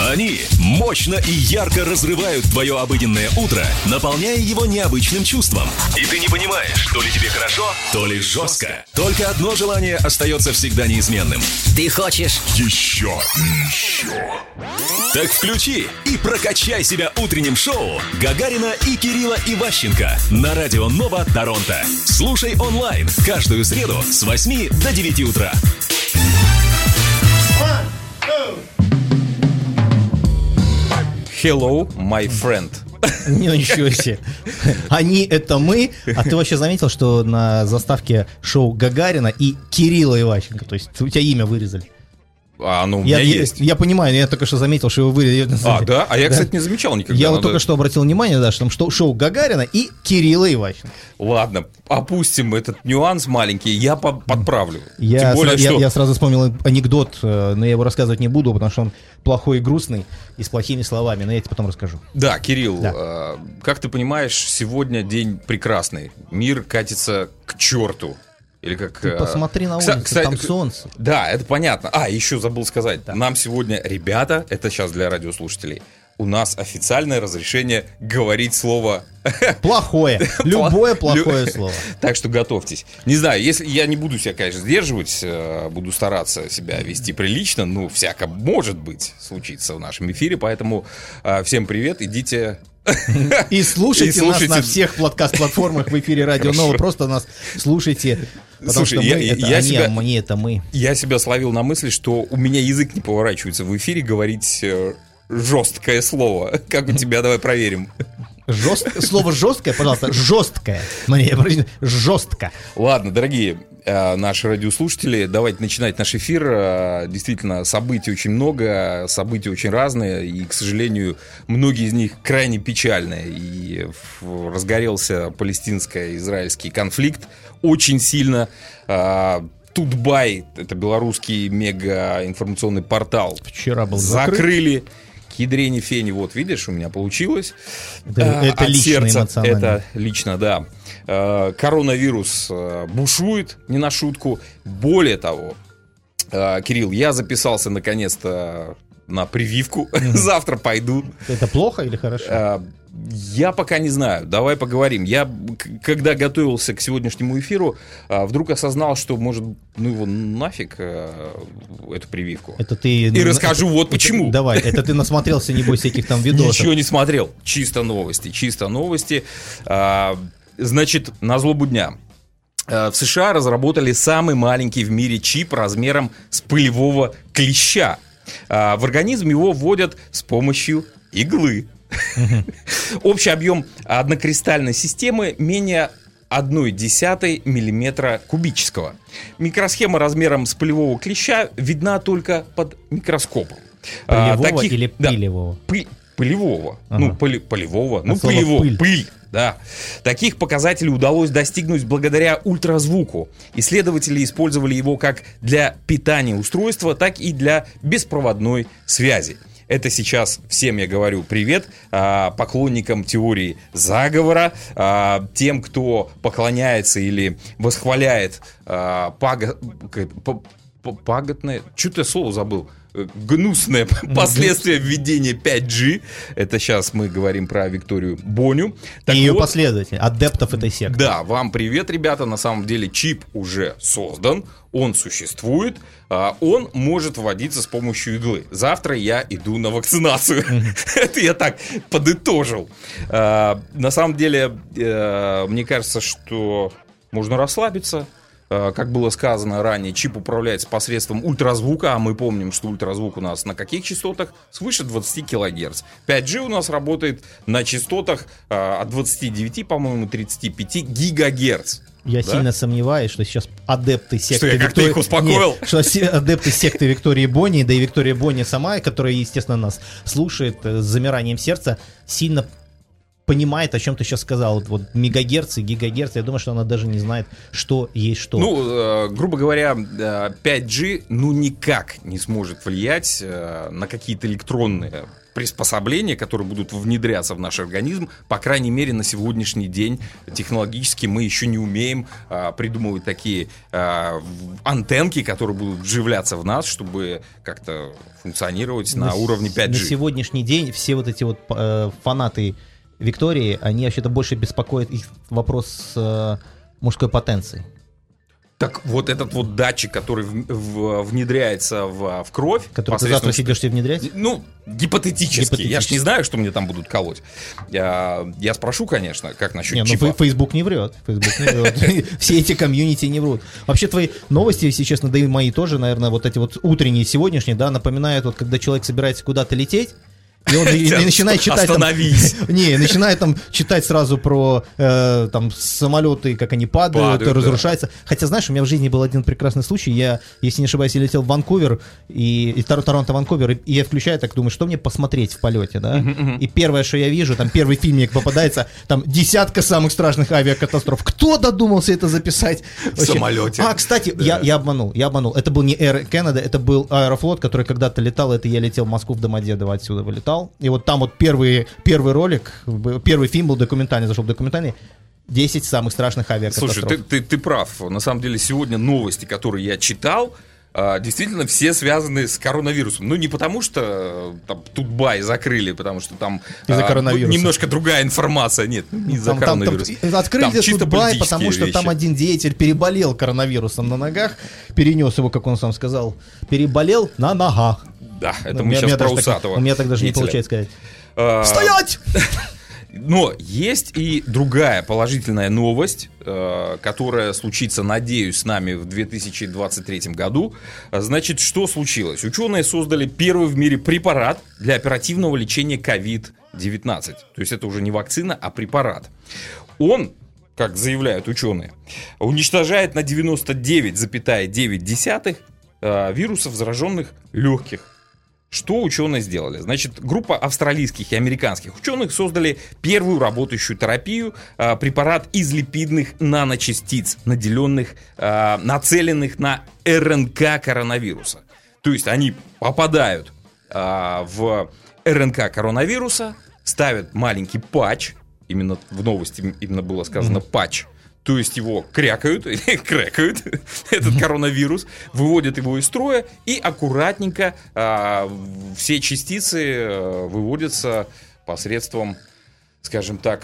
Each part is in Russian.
Они мощно и ярко разрывают твое обыденное утро, наполняя его необычным чувством. И ты не понимаешь, то ли тебе хорошо, то ли жестко. Только одно желание остается всегда неизменным. Ты хочешь Еще. Так включи и прокачай себя утренним шоу Гагарина и Кирилла Иващенко на Радио Нова Торонто. Слушай онлайн каждую среду с 8 до 9 утра. Hello, my friend. Ничего себе. Они — это мы. А ты вообще заметил, что на заставке шоу Гагарина и Кирилла Иващенко? То есть у тебя имя вырезали. А, ну, у меня есть. Я понимаю, я только что заметил, что его вырезали. А, да? А я, кстати, не замечал никогда. Я вот только что обратил внимание, да, что там шоу Гагарина и Кирилла Иващенко. Ладно, опустим этот нюанс маленький, я подправлю. Я, Тем более, я сразу вспомнил анекдот, но я его рассказывать не буду, потому что он плохой и грустный, и с плохими словами, но я тебе потом расскажу. Да, Кирилл, Да. как ты понимаешь, сегодня день прекрасный. Мир катится к черту. Или как... Ты посмотри на улицу, там солнце. Да, это понятно. А, еще забыл сказать. Да. Нам сегодня, ребята, это сейчас для радиослушателей, у нас официальное разрешение говорить слово... Плохое. Любое плохое слово. Так что готовьтесь. Не знаю, если я не буду себя, конечно, сдерживать, буду стараться себя вести прилично, ну, всяко может быть случится в нашем эфире, поэтому всем привет, идите... И слушайте нас на всех подкаст-платформах в эфире Радио Нова. Просто нас слушайте. Потому Слушай, что мы — это они, а мы — это мы. Я себя словил на мысли, что у меня язык не поворачивается в эфире говорить жесткое слово. Как у тебя? Давай проверим. Слово жесткое, пожалуйста, жесткое. Жестко. Ладно, дорогие наши радиослушатели, давайте начинать наш эфир. Действительно, событий очень много, события очень разные, и, к сожалению, многие из них крайне печальные. И разгорелся палестинско-израильский конфликт очень сильно. Тутбай, это белорусский мега-информационный портал, Вчера был закрыли. Ядрени фени, вот видишь, у меня получилось. Это лично, эмоционально. Это лично, да. Коронавирус бушует не на шутку. Более того, Кирилл, я записался наконец-то на прививку. Завтра пойду. Это плохо или хорошо? Я пока не знаю, давай поговорим. Я, когда готовился к сегодняшнему эфиру, вдруг осознал, что, может, ну его нафиг, эту прививку. Это ты... И расскажу вот почему. Давай, это ты насмотрелся, небось, всяких там видосов. Ничего не смотрел, чисто новости. Значит, на злобу дня. В США разработали самый маленький в мире чип размером с пылевого клеща. В организм его вводят с помощью иглы. Общий объем однокристальной системы менее 0,1 миллиметра кубического. Микросхема размером с пылевого клеща видна только под микроскопом. Пылевого или пылевого? Пылевого. Ага. Ну, полевого. Ну, слово пылевого. пыль. Да. Таких показателей удалось достигнуть благодаря ультразвуку. Исследователи использовали его как для питания устройства, так и для беспроводной связи. Это сейчас всем я говорю привет, поклонникам теории заговора, тем, кто поклоняется или восхваляет паготное, что-то я слово забыл, гнусное последствие введения 5G. Это сейчас мы говорим про Викторию Боню. И ее последователи, адептов этой секты. Да, вам привет, ребята. На самом деле чип уже создан, он существует, он может вводиться с помощью иглы. Завтра я иду на вакцинацию. Это я так подытожил. На самом деле, мне кажется, что можно расслабиться. Как было сказано ранее, чип управляется посредством ультразвука, а мы помним, что ультразвук у нас на каких частотах? Свыше 20 кГц. 5G у нас работает на частотах от 29, по-моему, 35 ГГц. Я сильно сомневаюсь, что сейчас адепты секты Что я как-то их успокоил? Нет, что адепты секты Виктории Бонни, да и Виктория Бонни сама, которая, естественно, нас слушает с замиранием сердца, сильно понимает, о чем ты сейчас сказал. Вот мегагерцы, гигагерцы, я думаю, что она даже не знает, что есть что. Ну, грубо говоря, 5G, ну, никак не сможет влиять на какие-то электронные приспособления, которые будут внедряться в наш организм. По крайней мере, на сегодняшний день технологически мы еще не умеем придумывать такие антенки, которые будут вживляться в нас, чтобы как-то функционировать на уровне 5G. На сегодняшний день все вот эти вот фанаты Виктории, они вообще-то больше беспокоят их вопрос мужской потенции. Так вот этот вот датчик, который внедряется в кровь... Который ты завтра идешь себе внедрять? Ну, гипотетически. Я ж не знаю, что мне там будут колоть. Я спрошу, конечно, как насчет чипа. Ну, Facebook не врет. Все эти комьюнити не врут. Вообще твои новости, если честно, да и мои тоже, наверное, вот эти вот утренние, сегодняшние, да, напоминают, вот когда человек собирается куда-то лететь, и он начинает читать. Остановись. Начинает там читать сразу про там самолеты, как они падают, разрушаются. Да. Хотя, знаешь, у меня в жизни был один прекрасный случай. Я, если не ошибаюсь, я летел в Ванкувер, и Торонто-Ванкувер, и я включаю, так думаю, что мне посмотреть в полете, да? И первое, что я вижу, там первый фильмик попадается, там десятка самых страшных авиакатастроф. Кто додумался это записать? В самолете. Кстати, да. я обманул. Это был не Air Canada, это был Аэрофлот, который когда-то летал, это я летел в Москву, в Домодедово, отсюда вылетал. И вот там вот первый ролик, первый фильм был документальный, зашел в документальный, 10 самых страшных авиакатастроф. Слушай, ты прав. На самом деле сегодня новости, которые я читал, действительно все связаны с коронавирусом. Ну, не потому что там Тутбай закрыли, потому что там немножко другая информация. Нет, не из-за коронавируса. Открыли Тутбай, потому что там один деятель переболел коронавирусом на ногах, перенес его, как он сам сказал, переболел на ногах. Да, это мы сейчас про усатого. У меня так даже не получается сказать. Стоять! Но есть и другая положительная новость, которая случится, надеюсь, с нами в 2023 году. Значит, что случилось? Ученые создали первый в мире препарат для оперативного лечения COVID-19. То есть это уже не вакцина, а препарат. Он, как заявляют ученые, уничтожает на 99,9 вирусов зараженных легких. Что ученые сделали? Значит, группа австралийских и американских ученых создали первую работающую терапию, препарат из липидных наночастиц, нацеленных на РНК коронавируса. То есть они попадают в РНК коронавируса, ставят маленький патч, именно в новости именно было сказано патч, то есть его крякают, этот коронавирус, выводят его из строя, и аккуратненько все частицы выводятся посредством, скажем так,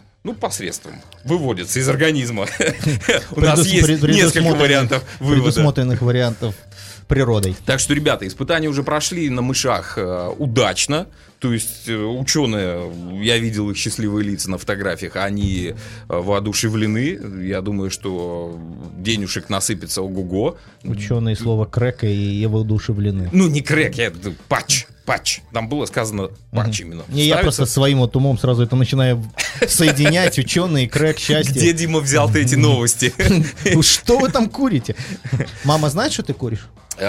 выводятся из организма. У нас есть несколько вариантов вывода. Предусмотренных вариантов природой. Так что, ребята, испытания уже прошли на мышах удачно. То есть ученые, я видел их счастливые лица на фотографиях, они воодушевлены. Я думаю, что денежек насыпется ого-го. Ученые слово крэк и воодушевлены. Ну, не крэк, патч. Там было сказано патч именно. Я просто своим вот умом сразу это начинаю соединять. Ученые, крэк, счастье. Где, Дима, взял ты эти новости? Что вы там курите? Мама знает, что ты куришь?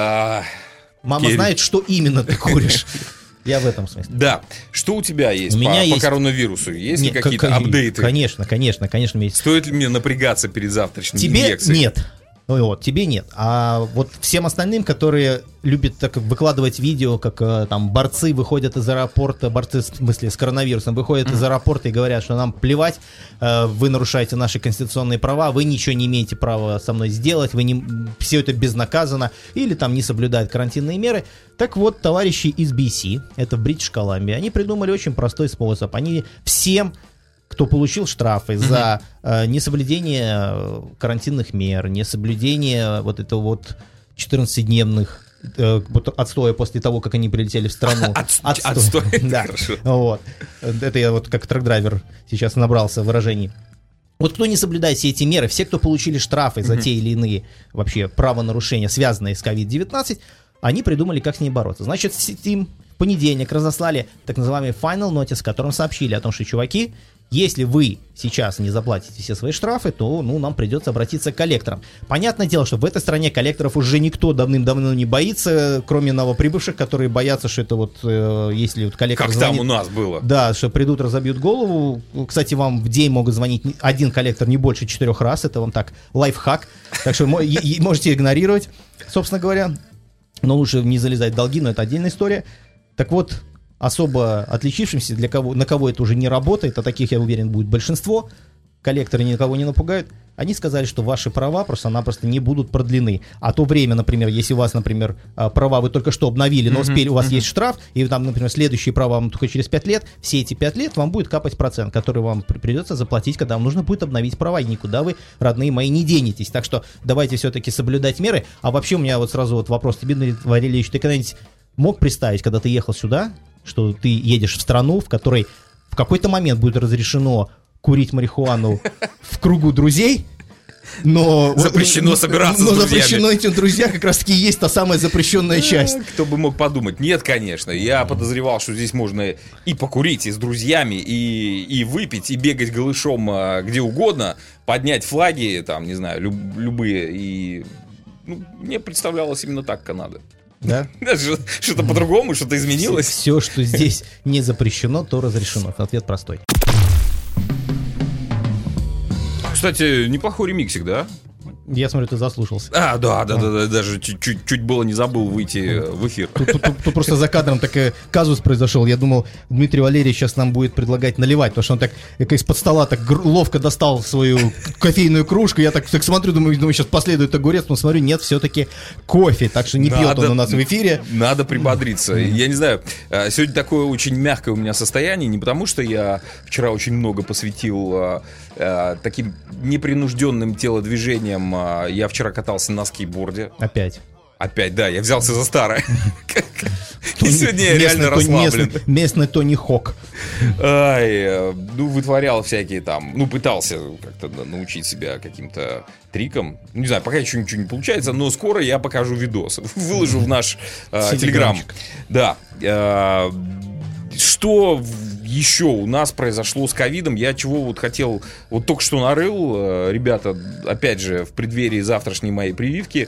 Мама знает, что именно ты куришь. Я в этом смысле. Да. Что у тебя есть по коронавирусу? Есть ли какие-то апдейты? Конечно, есть. Стоит ли мне напрягаться перед завтрашней инъекцией? Тебе нет. Тебе нет. А вот всем остальным, которые любят так выкладывать видео, как там борцы выходят из аэропорта, борцы в смысле с коронавирусом выходят из аэропорта и говорят, что нам плевать, вы нарушаете наши конституционные права, вы ничего не имеете права со мной сделать, все это безнаказанно, или там не соблюдают карантинные меры. Так вот, товарищи из BC, это Бритиш Колумбия, они придумали очень простой способ. Они всем, кто получил штрафы за несоблюдение карантинных мер, несоблюдение вот этого вот 14-дневных отстоя после того, как они прилетели в страну. Отстой. Да. Вот. Это я вот как трак-драйвер сейчас набрался выражений. Вот кто не соблюдает все эти меры, все, кто получили штрафы за те или иные вообще правонарушения, связанные с COVID-19, они придумали, как с ней бороться. Значит, им в понедельник разослали так называемый final notice, в котором сообщили о том, что, чуваки, если вы сейчас не заплатите все свои штрафы, то нам придется обратиться к коллекторам. Понятное дело, что в этой стране коллекторов уже никто давным-давно не боится, кроме новоприбывших, которые боятся, что это вот если вот коллектор как звонит, там у нас было. Да, что придут, разобьют голову. Кстати, вам в день могут звонить один коллектор не больше 4 раз. Это вам так лайфхак. Так что можете игнорировать, собственно говоря. Но лучше не залезать в долги, но это отдельная история. Так вот, особо отличившимся, на кого это уже не работает, а таких, я уверен, будет большинство, коллекторы никого не напугают, они сказали, что ваши права просто-напросто не будут продлены. А то время, например, если у вас, например, права вы только что обновили, но успели, у вас есть штраф, и там, например, следующие права вам только через 5 лет, все эти 5 лет вам будет капать процент, который вам придется заплатить, когда вам нужно будет обновить права, и никуда вы, родные мои, не денетесь. Так что давайте все-таки соблюдать меры. А вообще у меня вот сразу вот вопрос тебе, Дмитрий Валерьевич, ты когда-нибудь мог представить, когда ты ехал сюда, что ты едешь в страну, в которой в какой-то момент будет разрешено курить марихуану в кругу друзей, но запрещено собираться с друзьями. друзьями. Запрещено этим друзья как раз-таки есть та самая запрещенная часть. Кто бы мог подумать? Нет, конечно. Я подозревал, что здесь можно и покурить, и с друзьями, и выпить, и бегать голышом где угодно, поднять флаги, там, не знаю, любые. И мне представлялось именно так Канада. Да? Что-то по-другому, что-то изменилось. Все, что здесь не запрещено, то разрешено. Ответ простой. Кстати, неплохой ремиксик, да? Я смотрю, ты заслушался. Да, даже чуть было не забыл выйти в эфир. Тут просто за кадром такой казус произошел. Я думал, Дмитрий Валерьевич сейчас нам будет предлагать наливать, потому что он так из-под стола так ловко достал свою кофейную кружку. Я так смотрю, думаю, сейчас последует огурец, но смотрю, нет, все-таки кофе. Так что не пьет он у нас в эфире. Надо прибодриться. Я не знаю, сегодня такое очень мягкое у меня состояние, не потому что я вчера очень много посвятил таким непринужденным телодвижением. Я вчера катался на скейтборде. Опять, да, я взялся за старое. И сегодня я реально расслаблен. Местный Тони Хок. Вытворял всякие там, пытался как-то научить себя каким-то трикам. Не знаю, пока еще ничего не получается, но скоро я покажу видос. Выложу в наш Телеграм. Да. Что еще у нас произошло с ковидом? Я чего вот хотел, вот только что нарыл, ребята, опять же, в преддверии завтрашней моей прививки,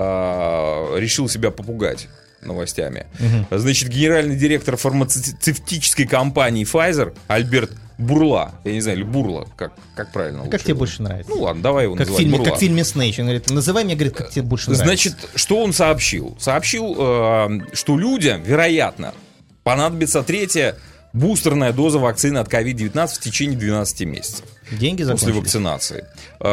решил себя попугать новостями. Значит, генеральный директор фармацевтической компании Pfizer Альберт Бурла, я не знаю, или Бурла, как правильно? Как тебе больше нравится? Ну ладно, давай его называть Бурла. Как в фильме Snatch, он говорит, называй меня, говорит, как тебе больше нравится. Значит, что он сообщил? Сообщил, что людям, вероятно, понадобится третья бустерная доза вакцины от COVID-19 в течение 12 месяцев. Деньги закончились? После вакцинации.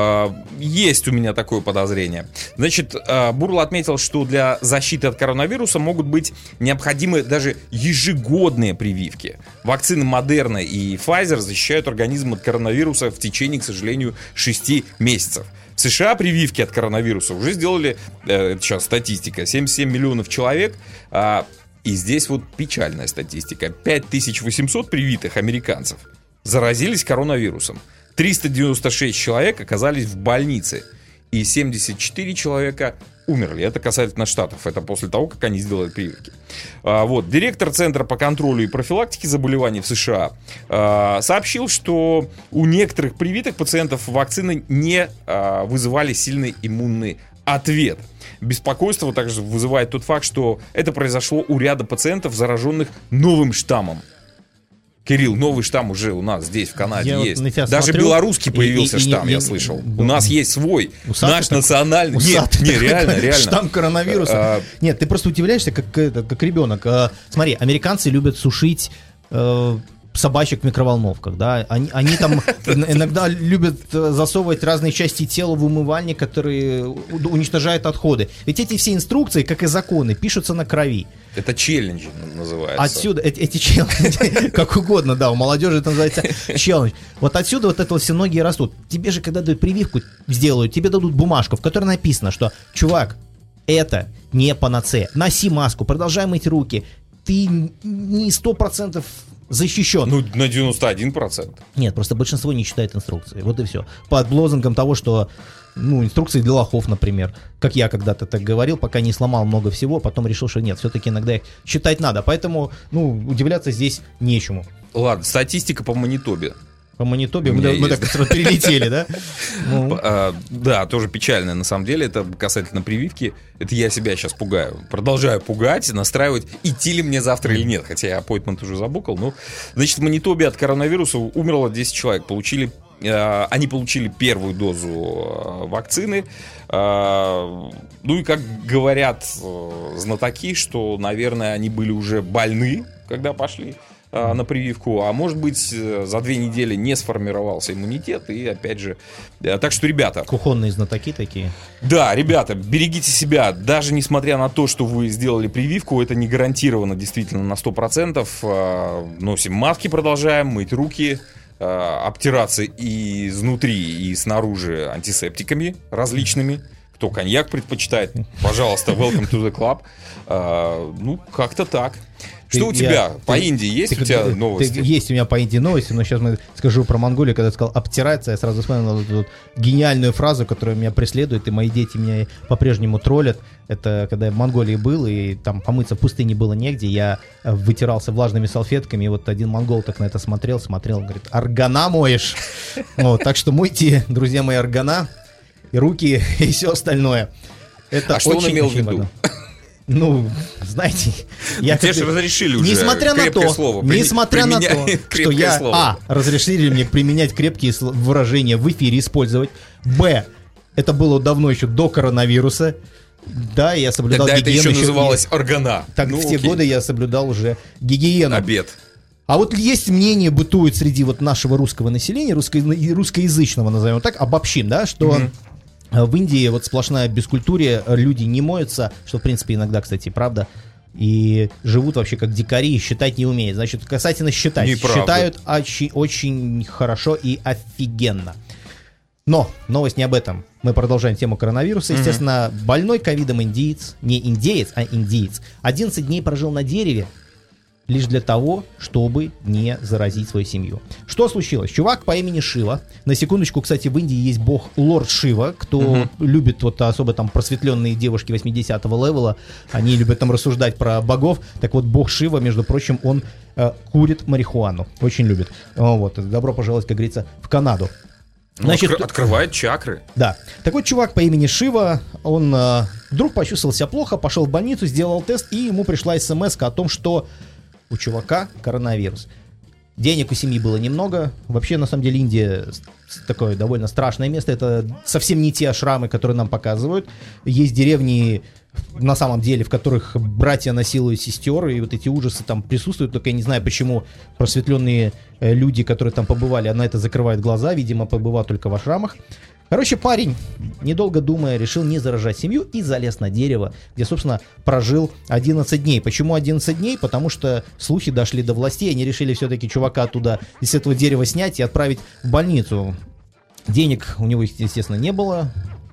Есть у меня такое подозрение. Значит, Бурла отметил, что для защиты от коронавируса могут быть необходимы даже ежегодные прививки. Вакцины Модерна и Pfizer защищают организм от коронавируса в течение, к сожалению, 6 месяцев. В США прививки от коронавируса уже сделали, это сейчас статистика, 77 миллионов человек. И здесь вот печальная статистика. 5800 привитых американцев заразились коронавирусом. 396 человек оказались в больнице. И 74 человека умерли. Это касательно штатов. Это после того, как они сделали прививки. Директор Центра по контролю и профилактике заболеваний в США сообщил, что у некоторых привитых пациентов вакцины не вызывали сильный иммунный ответ. Беспокойство также вызывает тот факт, что это произошло у ряда пациентов, зараженных новым штаммом. Кирилл, новый штамм уже у нас здесь, в Канаде, есть. Даже смотрю, белорусский появился штамм, я слышал. У нас есть свой, наш национальный. Нет, реально. Штамм коронавируса. Нет, ты просто удивляешься, как ребенок. Смотри, американцы любят сушить собачек в микроволновках, да, они там иногда любят засовывать разные части тела в умывальник, которые уничтожают отходы. Ведь эти все инструкции, как и законы, пишутся на крови. Это челленджи называется. Отсюда эти челленджи, как угодно, да, у молодежи это называется челлендж. Вот отсюда вот это вот все ноги растут. Тебе же, когда дают прививку, сделают, тебе дадут бумажку, в которой написано, что, чувак, это не панацея. Носи маску, продолжай мыть руки. Ты не 100% защищен. На 91%. Нет, просто большинство не читает инструкции. Вот и все. Под лозунгом того, что инструкции для лохов, например. Как я когда-то так говорил, пока не сломал много всего, потом решил, что нет, все-таки иногда их читать надо. Поэтому, удивляться здесь нечему. Ладно, статистика по Манитобе. По Манитобе мы так сразу перелетели, да? Да, тоже печально на самом деле. Это касательно прививки. Это я себя сейчас пугаю. Продолжаю пугать, настраивать, идти ли мне завтра или нет. Хотя я аппоинтмент уже забукал. Значит, в Манитобе от коронавируса умерло 10 человек. Они получили первую дозу вакцины. И как говорят знатоки, что, наверное, они были уже больны когда пошли на прививку, а может быть, за 2 недели не сформировался иммунитет, и опять же... Так что, ребята... Кухонные знатоки такие. Да, ребята, берегите себя, даже несмотря на то, что вы сделали прививку, это не гарантировано действительно на 100%. Носим маски, продолжаем, мыть руки, обтираться и изнутри, и снаружи антисептиками различными. Кто коньяк предпочитает, пожалуйста, welcome to the club. Ну, как-то так. Что у тебя по Индии есть у тебя новости? Есть у меня по Индии новости, но сейчас скажу про Монголию. Когда я сказал обтираться, я сразу вспомнил эту гениальную фразу, которая меня преследует, и мои дети меня по-прежнему троллят. Это когда я в Монголии был, и там помыться в пустыне было негде, я вытирался влажными салфетками, и вот один монгол так на это смотрел, говорит: органа моешь? Так что мойте, друзья мои, органа, и руки, и все остальное. Это что он имел в виду? Ну, знаете, я тебе же разрешили уже несмотря на то, что я разрешили мне применять крепкие выражения в эфире использовать. Это было давно еще до коронавируса. Да, я соблюдал гигиену. Тогда это еще называлось органа. Так в те годы я соблюдал уже гигиену. Обед. А вот есть мнение, бытует среди вот нашего русского населения, русскоязычного, назовем так, обобщим, да, что... В Индии вот сплошная бескультурье, люди не моются, что, в принципе, иногда, кстати, правда, и живут вообще как дикари, и считать не умеют. Значит, касательно считать, считают очень хорошо и офигенно. Но новость не об этом. Мы продолжаем тему коронавируса. Естественно, больной ковидом индиец, не индеец, а индиец, 11 дней прожил на дереве, лишь для того, чтобы не заразить свою семью. Что случилось? Чувак по имени Шива. На секундочку, кстати, в Индии есть бог Лорд Шива. Кто любит вот особо там просветленные девушки 80-го левела, они любят там рассуждать про богов. Так вот, бог Шива, между прочим, он курит марихуану. Очень любит. Вот. Добро пожаловать, как говорится, в Канаду. Значит, открывает чакры. Да. Так вот, чувак по имени Шива, он вдруг почувствовал себя плохо, пошел в больницу, сделал тест, и ему пришла смс-ка о том, что у чувака коронавирус. Денег у семьи было немного. Вообще, на самом деле, Индия такое довольно страшное место. Это совсем не те ашрамы, которые нам показывают. Есть деревни, на самом деле, в которых братья насилуют сестер, и вот эти ужасы там присутствуют. Только я не знаю, почему просветленные люди, которые там побывали, на это закрывают глаза. Видимо, побывал только в ашрамах. Короче, парень, недолго думая, решил не заражать семью и залез на дерево, где, собственно, прожил 11 дней. Почему 11 дней? Потому что слухи дошли до властей, они решили все-таки чувака оттуда из этого дерева снять и отправить в больницу. Денег у него, естественно, не было,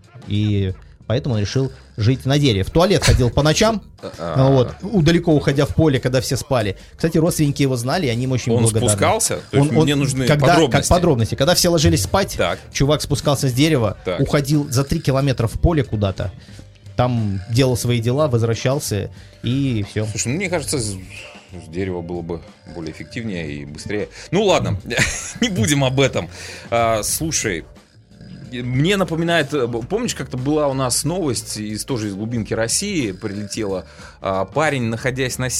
и поэтому он решил жить на дереве. В туалет ходил по ночам, вот, далеко уходя в поле, когда все спали. Кстати, родственники его знали, и они ему очень благодарны. Он спускался? То есть мне нужны подробности. Как подробности. Когда все ложились спать, так. Чувак спускался с дерева, уходил за 3 километра в поле куда-то, там делал свои дела, возвращался, и все. Слушай, мне кажется, с дерева было бы более эффективнее и быстрее. Ну ладно, не будем об этом. Слушай, мне напоминает, помнишь, как-то была у нас новость тоже из глубинки России, прилетела, парень, находясь на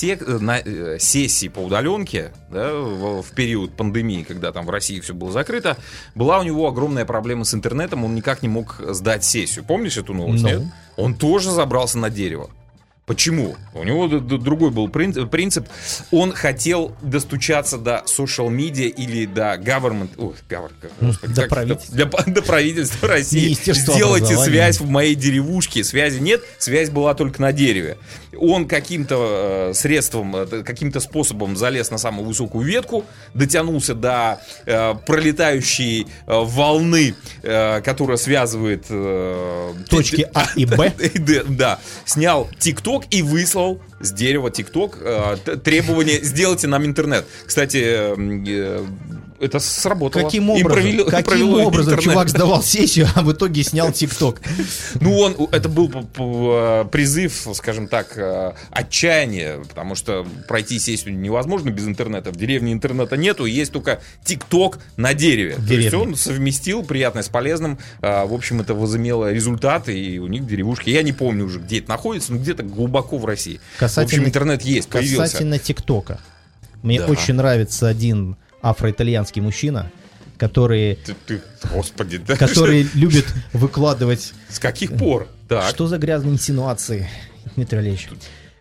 сессии по удаленке, да, в период пандемии, когда там в России все было закрыто, была у него огромная проблема с интернетом, он никак не мог сдать сессию. Помнишь эту новость? Нет? Он тоже забрался на дерево. Почему? У него другой был принцип. Он хотел достучаться до social media или до government, до правительства России. Сделайте связь в моей деревушке. Связи нет, связь была только на дереве. Он каким-то средством, каким-то способом залез на самую высокую ветку, дотянулся до пролетающей волны, которая связывает точки А и Б. Да, снял TikTok и выслал с дерева TikTok требование: сделайте нам интернет. Кстати, это сработало. Каким образом чувак сдавал сессию, а в итоге снял TikTok? Ну, это был призыв, скажем так, отчаяния, потому что пройти сессию невозможно без интернета. В деревне интернета нету, есть только TikTok на дереве. То есть он совместил приятное с полезным. В общем, это возымело результаты, и у них в деревушке, я не помню уже, где это находится, но где-то глубоко в России. В общем, интернет есть, появился. Касательно ТикТока. Мне очень нравится один афроитальянский мужчина, который любит выкладывать... С каких пор? Так. Что за грязные инсинуации, Дмитрий Олегович?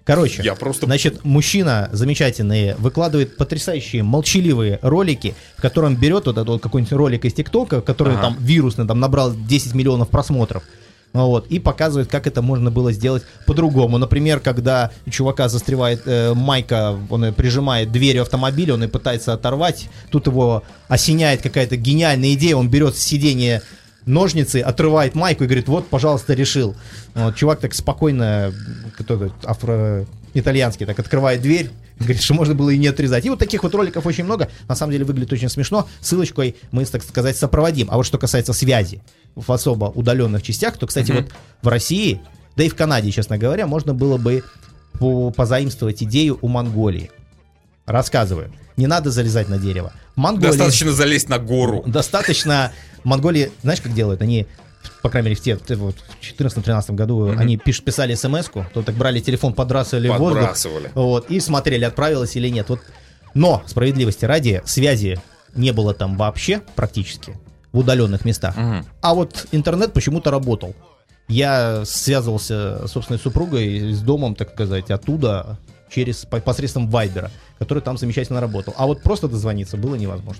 Короче, Я просто... значит, мужчина замечательный выкладывает потрясающие молчаливые ролики, в котором берет вот этот вот какой-нибудь ролик из ТикТока, который там вирусный, там набрал 10 миллионов просмотров. Вот, и показывает, как это можно было сделать по-другому. Например, когда у чувака застревает майка, он прижимает дверью автомобиля, он и пытается оторвать, тут его осеняет какая-то гениальная идея, он берет с сиденья ножницы, отрывает майку и говорит, вот, пожалуйста, решил. Вот, чувак так спокойно, который афро-итальянский, так открывает дверь, говорит, что можно было и не отрезать. И вот таких вот роликов очень много. На самом деле выглядит очень смешно. Ссылочкой мы, так сказать, сопроводим. А вот что касается связи в особо удаленных частях, то, кстати, вот в России, да и в Канаде, честно говоря, можно было бы позаимствовать идею у Монголии. Рассказываю. Не надо залезать на дерево. Монголии... Достаточно залезть на гору. Достаточно. Монголии, знаешь, как делают? Они, по крайней мере, в 2014-2013 году они писали смс-ку, то так брали телефон, подбрасывали в воздух, вот, и смотрели, отправилось или нет. Вот. Но, справедливости ради, связи не было там вообще практически в удаленных местах. А вот интернет почему-то работал. Я связывался с собственной супругой, с домом, так сказать, оттуда, посредством Вайбера, который там замечательно работал. А вот просто дозвониться было невозможно.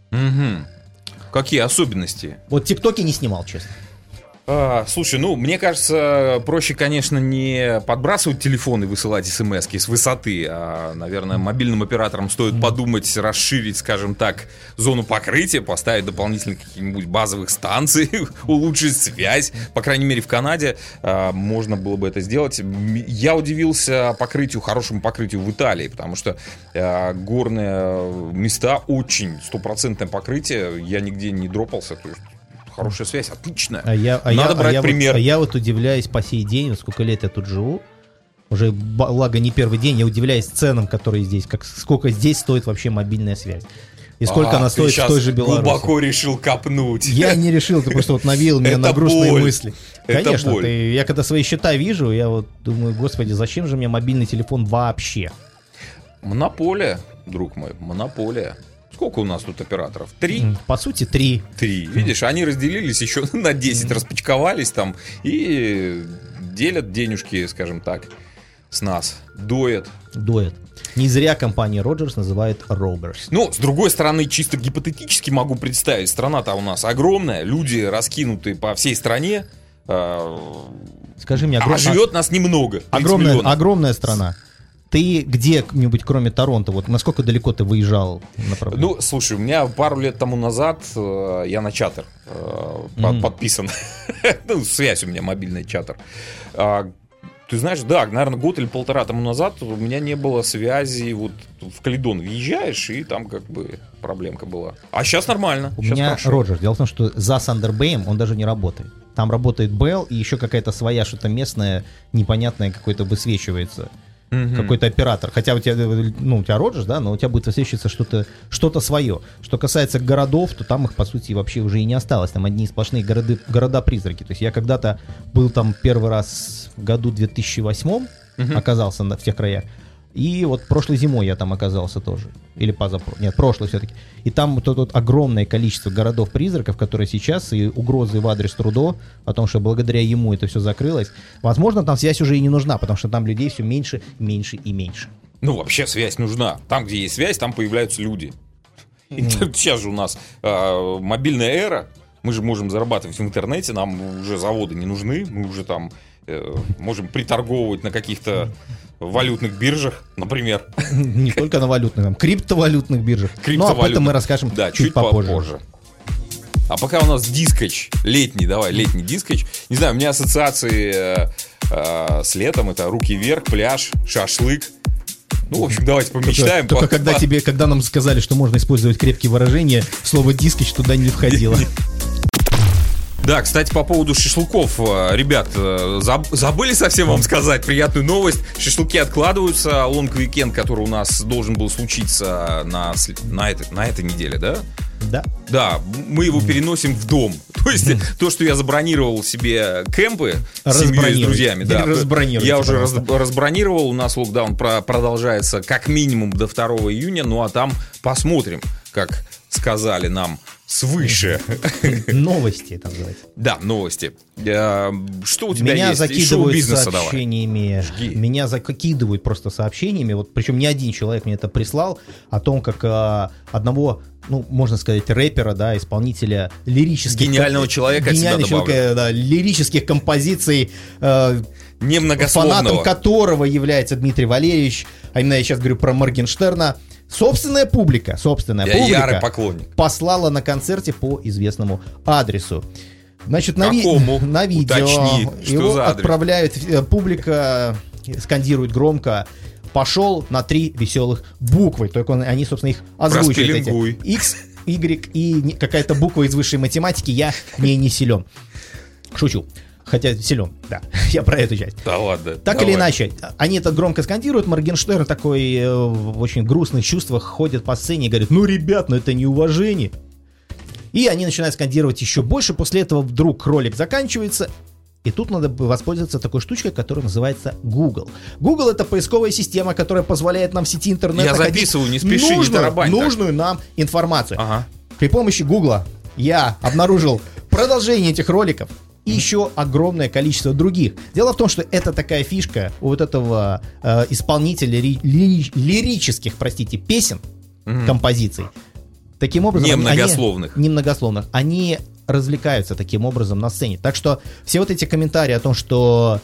Какие особенности? Вот ТикТоки не снимал, честно. Слушай, ну, мне кажется, проще, конечно, не подбрасывать телефон и высылать смс-ки с высоты, а, наверное, мобильным операторам стоит подумать, расширить, скажем так, зону покрытия, поставить дополнительно какие-нибудь базовых станций, улучшить связь. По крайней мере, в Канаде можно было бы это сделать. Я удивился хорошему покрытию в Италии, потому что горные места очень стопроцентное покрытие, я нигде не дропался, то есть хорошая связь, отлично. Надо брать пример. Я вот удивляюсь по сей день, вот сколько лет я тут живу, уже, благо, не первый день, я удивляюсь ценам, которые здесь, сколько здесь стоит вообще мобильная связь. И сколько она стоит в той же Беларуси. Глубоко решил копнуть. Я не решил, ты просто вот навеял меня на грустные мысли. Конечно, я когда свои счета вижу, я вот думаю, господи, зачем же мне мобильный телефон вообще? Монополия, друг мой, монополия. Сколько у нас тут операторов? 3? По сути, 3. 3. Видишь, они разделились еще на 10, распачковались там и делят денежки, скажем так, с нас. Доят. Не зря компания Rogers называет Rovers. Ну, с другой стороны, чисто гипотетически могу представить, страна-то у нас огромная, люди раскинуты по всей стране. Скажи мне, а живет нас немного. Огромная страна. Ты где-нибудь, кроме Торонто, вот насколько далеко ты выезжал на проблему? Ну, слушай, у меня пару лет тому назад я на чатер подписан. Ну, связь у меня, мобильный чатер. Ты знаешь, да, наверное, год или полтора тому назад у меня не было связи. Вот в Каледон въезжаешь, и там как бы проблемка была. А сейчас нормально. У меня Роджер. Дело в том, что за Сандербэем он даже не работает. Там работает Bell и еще какая-то своя, что-то местное, непонятное какое-то высвечивается. Какой-то оператор. Хотя у тебя Rogers, да, но у тебя будет высвечиваться что-то свое. Что касается городов, то там их, по сути, вообще уже и не осталось. Там одни сплошные города-призраки. То есть я когда-то был там первый раз в году 2008, оказался в тех краях. И вот прошлой зимой я там оказался тоже. Или прошлой все-таки. И там вот огромное количество городов-призраков, которые сейчас, и угрозы в адрес Трудо, о том, что благодаря ему это все закрылось. Возможно, там связь уже и не нужна, потому что там людей все меньше, меньше и меньше. Ну, вообще связь нужна. Там, где есть связь, там появляются люди. Сейчас же у нас мобильная эра. Мы же можем зарабатывать в интернете, нам уже заводы не нужны. Мы уже там можем приторговывать на каких-то валютных биржах, например. Не только на валютных, там, криптовалютных биржах. Но об этом мы расскажем чуть попозже. А пока у нас дискач, летний дискач. Не знаю, у меня ассоциации с летом, это руки вверх, пляж, шашлык. Ну, в общем, давайте помечтаем. Только когда нам сказали, что можно использовать крепкие выражения, слово дискач туда не входило. Да, кстати, по поводу шашлыков, ребят, забыли совсем вам сказать приятную новость. Шашлыки откладываются, лонг-викенд, который у нас должен был случиться на этой неделе, да? Да. Да, мы его переносим в дом. То есть то, что я забронировал себе кемпы с семьей, с друзьями, да, я уже разбронировал. У нас локдаун продолжается как минимум до 2 июня, ну а там посмотрим, как сказали нам свыше. Новости, там говорится. Да, новости. Что у тебя Меня есть? закидывают Шоу-бизнеса давай. сообщениями. Жги. Меня закидывают просто сообщениями. Вот, причем не один человек мне это прислал о том, как одного, ну, можно сказать, рэпера, да, исполнителя лирических... Гениального человека от себя гениального человека, да, лирических композиций, Немногословного. фанатом которого является Дмитрий Валерьевич. А именно я сейчас говорю про Моргенштерна. Собственная публика Я ярый поклонник. послала на концерте по известному адресу. Значит, на Какому? видео Уточни, что его за адрес? отправляют, публика скандирует громко: «Пошел на 3 веселых буквы». Только они, собственно, их озвучивают. Распеленгуй. Эти. X, Y и какая-то буква из высшей математики, я в ней не силен. Шучу. Хотя силен, да, я про эту часть. Да ладно. Так давай. или иначе, они это громко скандируют. Моргенштерн такой в очень грустных чувствах ходит по сцене и говорит: ну, ребят, ну это неуважение. И они начинают скандировать еще больше. После этого вдруг ролик заканчивается. И тут надо воспользоваться такой штучкой, которая называется Google. Google — это поисковая система, которая позволяет нам в сети интернета Я записываю, не спеши, не тарабань так. нужную нам информацию. Ага. При помощи Гугла я обнаружил продолжение этих роликов и еще огромное количество других. Дело в том, что это такая фишка у вот этого исполнителя лирических, простите, песен, композиций. Таким образом, Немногословных. Немногословных. Они развлекаются таким образом на сцене. Так что все вот эти комментарии о том, что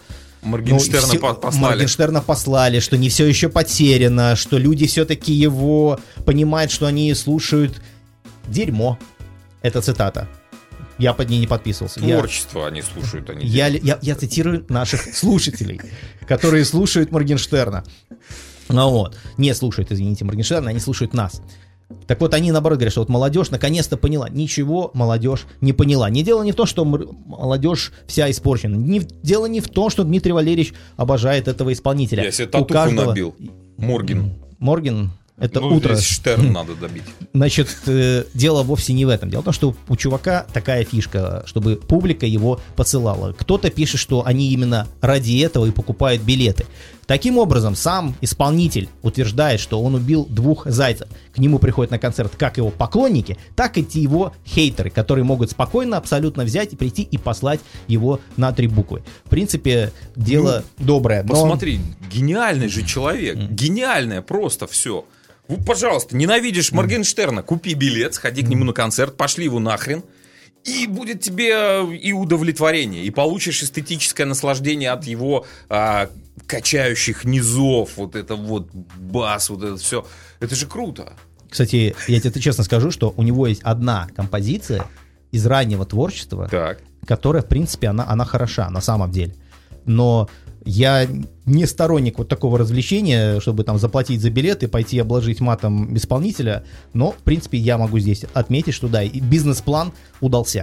Моргенштерна послали, что не все еще потеряно, что люди все-таки его понимают, что они слушают дерьмо. Это цитата. Я под ней не подписывался. Творчество они слушают. Я цитирую наших слушателей, которые слушают Моргенштерна. Ну вот. Не слушают, извините, Моргенштерна, они слушают нас. Так вот, они наоборот говорят, что вот молодежь наконец-то поняла. Ничего молодежь не поняла. Дело не в том, что молодежь вся испорчена. Дело не в том, что Дмитрий Валерьевич обожает этого исполнителя. Я себе татуху набил. Морген. Это утро. Здесь Штерн надо добить. Значит, дело вовсе не в этом. Дело в том, что у чувака такая фишка, чтобы публика его посылала. Кто-то пишет, что они именно ради этого и покупают билеты. Таким образом, сам исполнитель утверждает, что он убил 2 зайцев. К нему приходят на концерт как его поклонники, так и его хейтеры, которые могут спокойно абсолютно взять и прийти и послать его на 3 буквы. В принципе, дело доброе. Но... Посмотри, гениальный же человек. Гениальное просто все. Пожалуйста, ненавидишь Моргенштерна, купи билет, сходи к нему на концерт, пошли его нахрен, и будет тебе и удовлетворение, и получишь эстетическое наслаждение от его качающих низов, вот это вот бас, вот это все. Это же круто. Кстати, я тебе честно скажу, что у него есть одна композиция из раннего творчества, которая, в принципе, она хороша на самом деле. Но я не сторонник вот такого развлечения, чтобы там заплатить за билет и пойти обложить матом исполнителя. Но, в принципе, я могу здесь отметить, что да, и бизнес-план удался.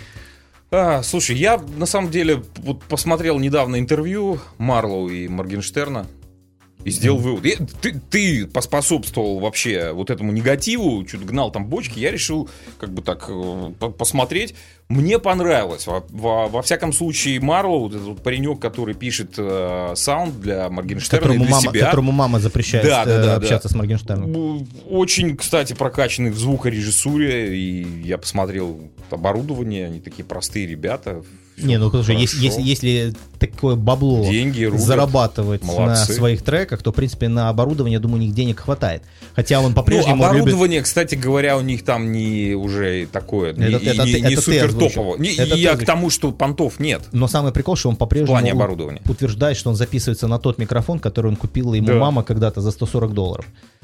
Слушай, я на самом деле вот посмотрел недавно интервью Марлоу и Моргенштерна и сделал вывод. Ты поспособствовал вообще вот этому негативу, что-то гнал там бочки, я решил как бы так посмотреть. Мне понравилось. Во всяком случае, Марлоу, вот этот паренек, который пишет саунд для Моргенштерна и для себя. Которому мама запрещает общаться с Моргенштерном. Очень, кстати, прокачанный в звукорежиссуре, и я посмотрел оборудование, они такие простые ребята. Не, ну слушай, если такое бабло зарабатывать на своих треках, то, в принципе, на оборудование, я думаю, у них денег хватает. Хотя он по-прежнему оборудование, кстати говоря, у них там не уже такое, не супер топовое. Я к тому, что понтов нет. Но самый прикол, что он по-прежнему утверждает, что он записывается на тот микрофон, который он купила ему мама когда-то за $140.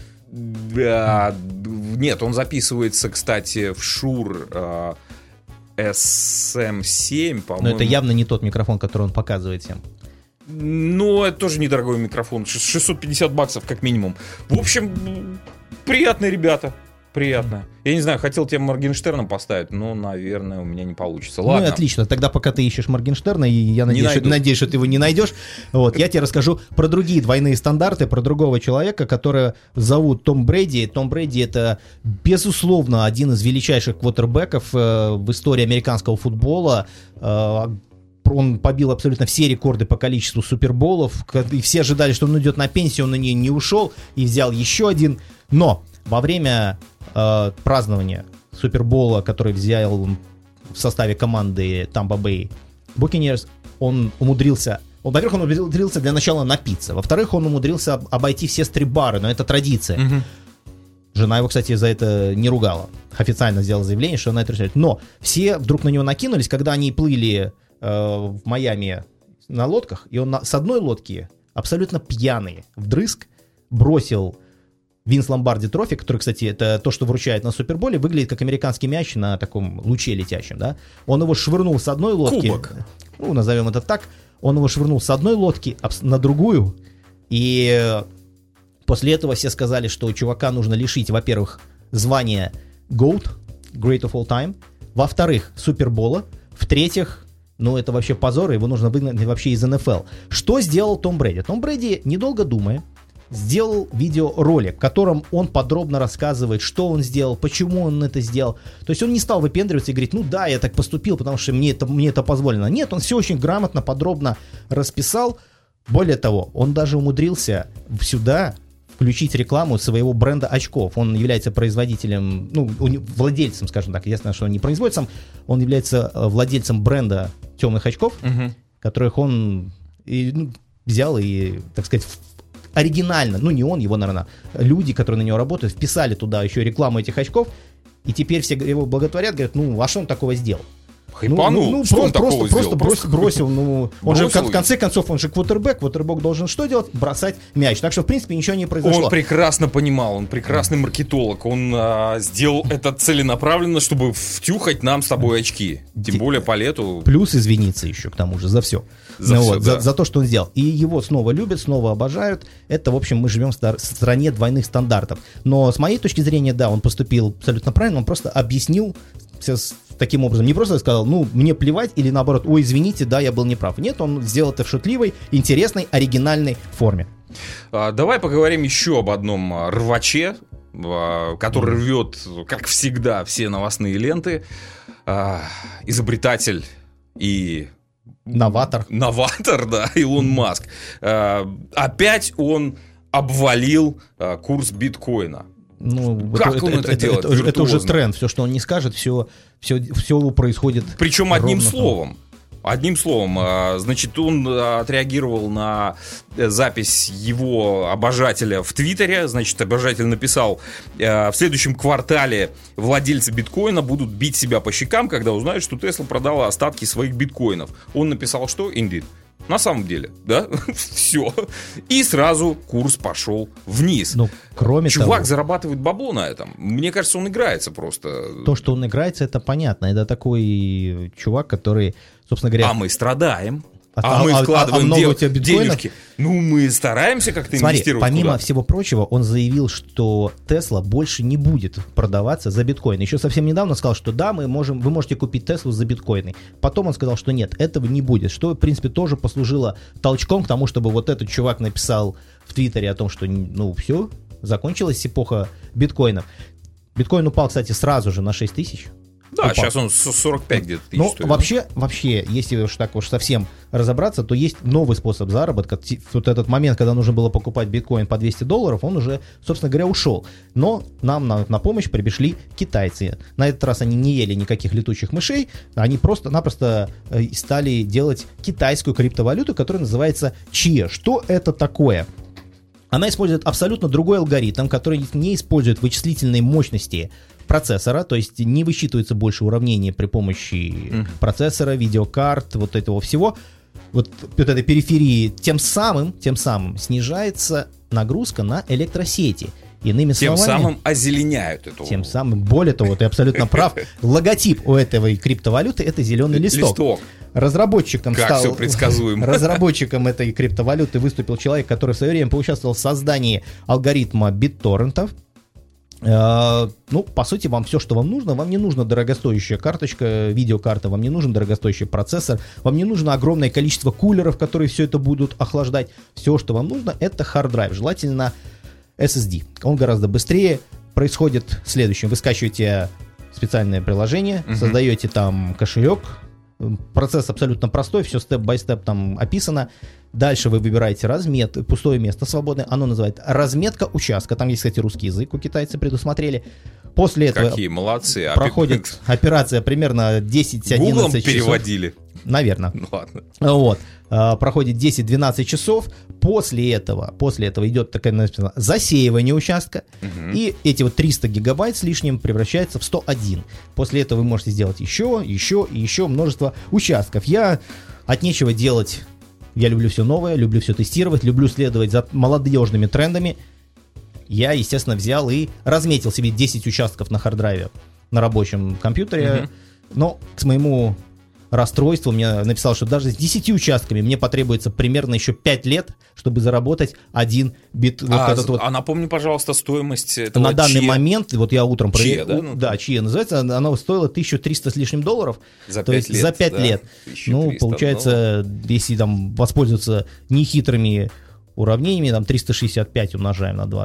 Да, нет, он записывается, кстати, в Shure SM7, по-моему. Но это явно не тот микрофон, который он показывает всем. Ну, это тоже недорогой микрофон. $650 как минимум. В общем, приятные ребята. Приятно. Я не знаю, хотел тебе Моргенштерна поставить, но, наверное, у меня не получится. Ладно. Ну, отлично. Тогда пока ты ищешь Моргенштерна, и я надеюсь, что ты его не найдешь, вот, я тебе расскажу про другие двойные стандарты, про другого человека, которого зовут Том Брэди. Том Брэди — это, безусловно, один из величайших квотербеков в истории американского футбола. Он побил абсолютно все рекорды по количеству суперболов. И все ожидали, что он уйдет на пенсию, он на нее не ушел и взял еще один. Но во время празднования Супербола, который взял в составе команды Tampa Bay Buccaneers, он умудрился... Во-первых, он умудрился для начала напиться. Во-вторых, он умудрился обойти все стрип-бары, но это традиция. Жена его, кстати, за это не ругала. Официально сделала заявление, что она это решает. Но все вдруг на него накинулись, когда они плыли в Майами на лодках, и он с одной лодки, абсолютно пьяный, вдрызг, бросил Винс Ломбарди трофи, который, кстати, это то, что вручает на Суперболе, выглядит как американский мяч на таком луче летящем, да? Он его швырнул с одной лодки. Кубок. Ну, назовем это так. Он его швырнул с одной лодки на другую, и после этого все сказали, что чувака нужно лишить, во-первых, звания GOAT, Great of All Time, во-вторых, Супербола, в-третьих, ну это вообще позор, его нужно выгнать вообще из НФЛ. Что сделал Том Брэди? Том Брэди, недолго думая, сделал видеоролик, в котором он подробно рассказывает, что он сделал, почему он это сделал. То есть он не стал выпендриваться и говорить, ну да, я так поступил, потому что мне это позволено. Нет, он все очень грамотно, подробно расписал. Более того, он даже умудрился сюда включить рекламу своего бренда очков. Он является производителем, ну, владельцем, скажем так. Ясно, что он не производит сам. Он является владельцем бренда темных очков, которых он взял и, так сказать, оригинально, ну не он, его, наверное, люди, которые на него работают, вписали туда еще рекламу этих очков, и теперь все его благотворят, говорят, ну, а что он такого сделал? Хайпанул, что он такого сделал? Просто бросил, ну, он же, в конце концов, он же квотербек должен что делать? Бросать мяч, так что, в принципе, ничего не произошло. Он прекрасно понимал, он прекрасный маркетолог, он сделал это целенаправленно, чтобы втюхать нам с тобой очки, тем более по лету. Плюс извиниться еще, к тому же, за все. За то, что он сделал. И его снова любят, снова обожают. Это, в общем, мы живем в стране двойных стандартов. Но с моей точки зрения, да, он поступил абсолютно правильно, он просто объяснил все таким образом. Не просто сказал, ну, мне плевать, или наоборот, ой, извините, да, я был неправ. Нет, он сделал это в шутливой, интересной, оригинальной форме. Давай поговорим еще об одном рваче, который рвет, как всегда, все новостные ленты. Изобретатель и... Новатор, да, Илон Маск. Опять он обвалил курс биткоина. Ну, как он это делает? Это уже тренд. Все, что он не скажет, все происходит. Причем одним словом. Одним словом, значит, он отреагировал на запись его обожателя в Твиттере. Значит, обожатель написал: в следующем квартале владельцы биткоина будут бить себя по щекам, когда узнают, что Тесла продала остатки своих биткоинов. Он написал, что? Indeed. На самом деле, да? Все. И сразу курс пошел вниз. Ну, кроме Чувак того, зарабатывает бабло на этом. Мне кажется, он играется просто. То, что он играется, это понятно. Это такой чувак, который, собственно говоря... А мы страдаем. Мы вкладываем денежки. Ну, мы стараемся как-то инвестировать. Помимо туда. всего прочего, он заявил, что Тесла больше не будет продаваться за биткоин. Еще совсем недавно сказал, что да, вы можете купить Теслу за биткоины. Потом он сказал, что нет, этого не будет. Что, в принципе, тоже послужило толчком к тому, чтобы вот этот чувак написал в Твиттере о том, что, ну, все, закончилась эпоха биткоинов. Биткоин упал, кстати, сразу же на 6 тысяч. Да, упал. Сейчас он 45 где-то тысяч. Ну, стоит. вообще, если уж так уж совсем разобраться, то есть новый способ заработка. Вот этот момент, когда нужно было покупать биткоин по $200, он уже, собственно говоря, ушел. Но нам на помощь пришли китайцы. На этот раз они не ели никаких летучих мышей, они просто-напросто стали делать китайскую криптовалюту, которая называется Chia. Что это такое? Она использует абсолютно другой алгоритм, который не использует вычислительные мощности процессора, то есть не высчитывается больше уравнений при помощи процессора, видеокарт, вот этого всего, вот этой периферии. Тем самым снижается нагрузка на электросети. Иными словами, тем самым озеленяют эту. Тем самым, более того, ты абсолютно прав, логотип у этой криптовалюты — это зеленый листок. Разработчиком этой криптовалюты выступил человек, который в свое время поучаствовал в создании алгоритма BitTorrent. Ну, по сути, вам все, что вам нужно. Вам не нужна дорогостоящая карточка, видеокарта, вам не нужен дорогостоящий процессор, вам не нужно огромное количество кулеров, которые все это будут охлаждать. Все, что вам нужно, это hard-drive, желательно SSD. Он гораздо быстрее. Происходит следующее. Вы скачиваете специальное приложение, создаете там кошелек, Процесс абсолютно простой, все степ-бай-степ там описано. Дальше вы выбираете пустое место свободное, оно называется разметка участка. Там есть, кстати, русский язык у китайцев предусмотрели. После этого Какие молодцы. проходит операция примерно 10-11 Гуглом часов. переводили. Наверное. Ну ладно. Вот. Проходит 10-12 часов. После этого идет такое написано засеивание участка. И эти вот 300 гигабайт с лишним превращаются в 101. После этого вы можете сделать еще множество участков. Я от нечего делать. Я люблю все новое, люблю все тестировать, люблю следовать за молодежными трендами. Я, естественно, взял и разметил себе 10 участков на харддрайве на рабочем компьютере. Но к моему расстройству мне написал, что даже с 10 участками мне потребуется примерно еще 5 лет, чтобы заработать 1 бит. А напомни, пожалуйста, стоимость этого на данный момент, вот я утром проверил. Да? Чия называется, она стоила $1300 с лишним долларов. За 5 лет. За 5 лет. 1300, ну, получается, если там воспользоваться нехитрыми уравнениями, там 365 умножаем на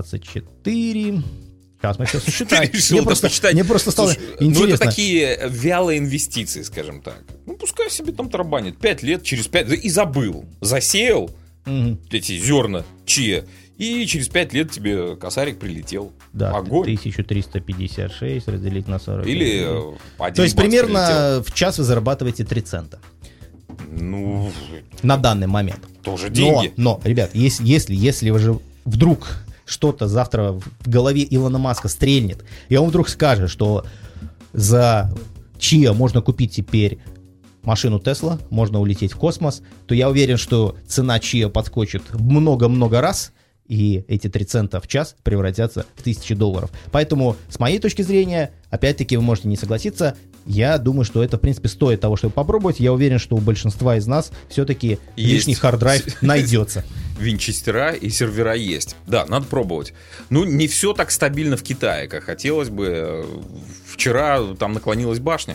24. Сейчас мы все сосчитаем. Мне просто стало интересно. Ну, это такие вялые инвестиции, скажем так. Ну, пускай себе там тарабанит. 5 лет, через 5... И забыл. Засеял эти зерна чия, и через 5 лет тебе косарик прилетел. Да, огонь. 1356 разделить на 40. Или 1 То есть примерно в час вы зарабатываете 3 цента. Ну... На данный момент. Тоже деньги. Но ребят, если вы же вдруг... что-то завтра в голове Илона Маска стрельнет, и он вдруг скажет, что за Чиа можно купить теперь машину Тесла, можно улететь в космос, то я уверен, что цена Чиа подскочит много-много раз, и эти 3 цента в час превратятся в $1000. Поэтому, с моей точки зрения, опять-таки вы можете не согласиться, я думаю, что это, в принципе, стоит того, чтобы попробовать. Я уверен, что у большинства из нас все-таки лишний харддрайв найдется. Винчестера и сервера есть. Да, надо пробовать. Ну, не все так стабильно в Китае, как хотелось бы. Вчера там наклонилась башня.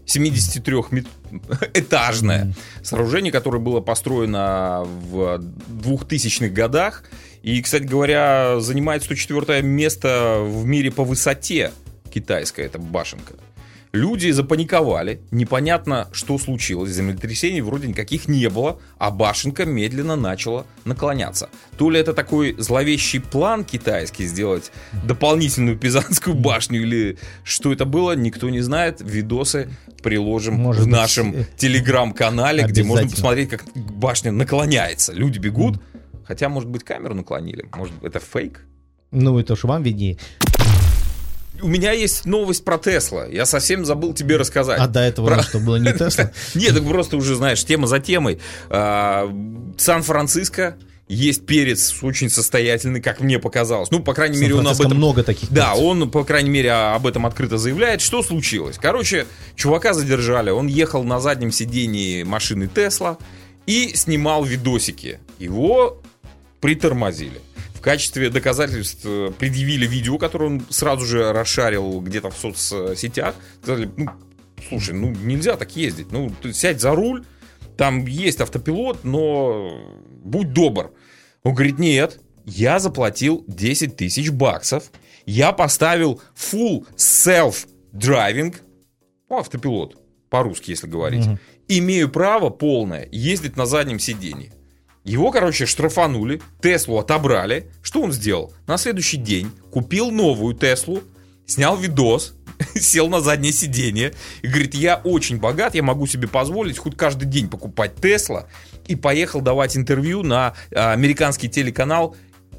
73-этажное сооружение, которое было построено в 2000-х годах. И, кстати говоря, занимает 104 место в мире по высоте. Китайская эта башенка. Люди запаниковали, непонятно, что случилось, землетрясений вроде никаких не было, а башенка медленно начала наклоняться. То ли это такой зловещий план китайский сделать дополнительную Пизанскую башню, или что это было, никто не знает. Видосы приложим в нашем телеграм-канале, где можно посмотреть, как башня наклоняется. Люди бегут, хотя, может быть, камеру наклонили, может, это фейк? Ну, это уж вам виднее. У меня есть новость про Тесла. Я совсем забыл тебе рассказать. А до этого что, было не Тесла? Нет, так просто уже, знаешь, тема за темой. Сан-Франциско есть перец очень состоятельный, как мне показалось. Ну, по крайней мере, он об этом... много таких перцев. Да, он, по крайней мере, об этом открыто заявляет. Что случилось? Короче, чувака задержали. Он ехал на заднем сидении машины Тесла и снимал видосики. Его притормозили. В качестве доказательств предъявили видео, которое он сразу же расшарил где-то в соцсетях. Сказали, слушай, нельзя так ездить. Ты сядь за руль, там есть автопилот, но будь добр. Он говорит, нет, я заплатил $10 000. Я поставил full self-driving, автопилот, по-русски, если говорить. Имею право полное ездить на заднем сидении. Его, штрафанули, Теслу отобрали. Что он сделал? На следующий день купил новую Теслу, снял видос, сел на заднее сиденье и говорит, я очень богат, я могу себе позволить хоть каждый день покупать Тесла. И поехал давать интервью на американский телеканал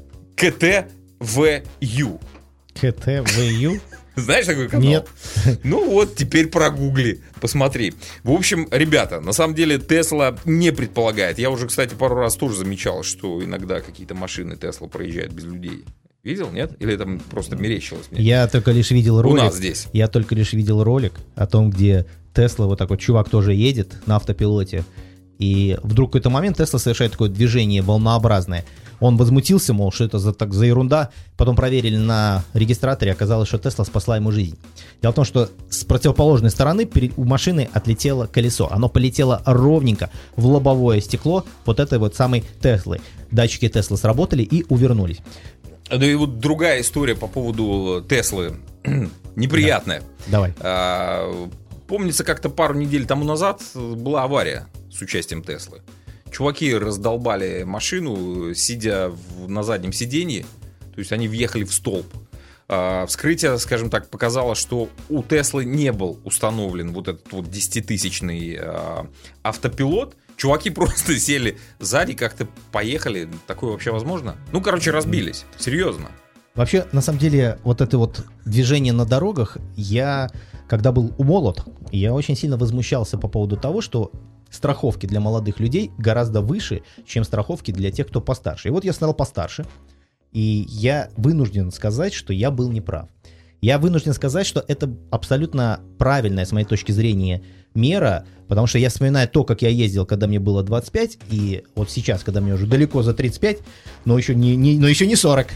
КТВЮ. КТВЮ? Знаешь такой канал? Нет. Ну вот, теперь прогугли, посмотри. В общем, ребята, на самом деле Тесла не предполагает. Я уже, кстати, пару раз тоже замечал, что иногда какие-то машины Тесла проезжают без людей. Видел, нет? Или это просто мерещилось мне? Я только лишь видел ролик. У нас здесь. Я только лишь видел ролик о том, где Тесла, вот такой чувак тоже едет на автопилоте. И вдруг в какой-то момент Тесла совершает такое движение волнообразное. Он возмутился, мол, что это за ерунда. Потом проверили на регистраторе, оказалось, что Тесла спасла ему жизнь. Дело в том, что с противоположной стороны у машины отлетело колесо. Оно полетело ровненько в лобовое стекло вот этой вот самой Теслы. Датчики Теслы сработали и увернулись. Ну и вот другая история по поводу Теслы. Неприятная. Да. Давай. помнится, как-то пару недель тому назад была авария с участием Теслы. Чуваки раздолбали машину, сидя на заднем сиденье, то есть они въехали в столб. Вскрытие, скажем так, показало, что у Теслы не был установлен вот этот вот 10-тысячный автопилот. Чуваки просто сели сзади, как-то поехали. Такое вообще возможно? Ну, короче, разбились. Серьезно. Вообще, на самом деле, вот это вот движение на дорогах, я, когда был молод, я очень сильно возмущался по поводу того, что страховки для молодых людей гораздо выше, чем страховки для тех, кто постарше. И вот я стал постарше, и я вынужден сказать, что я был неправ. Я вынужден сказать, что это абсолютно правильная, с моей точки зрения, мера, потому что я вспоминаю то, как я ездил, когда мне было 25, и вот сейчас, когда мне уже далеко за 35, но еще не 40.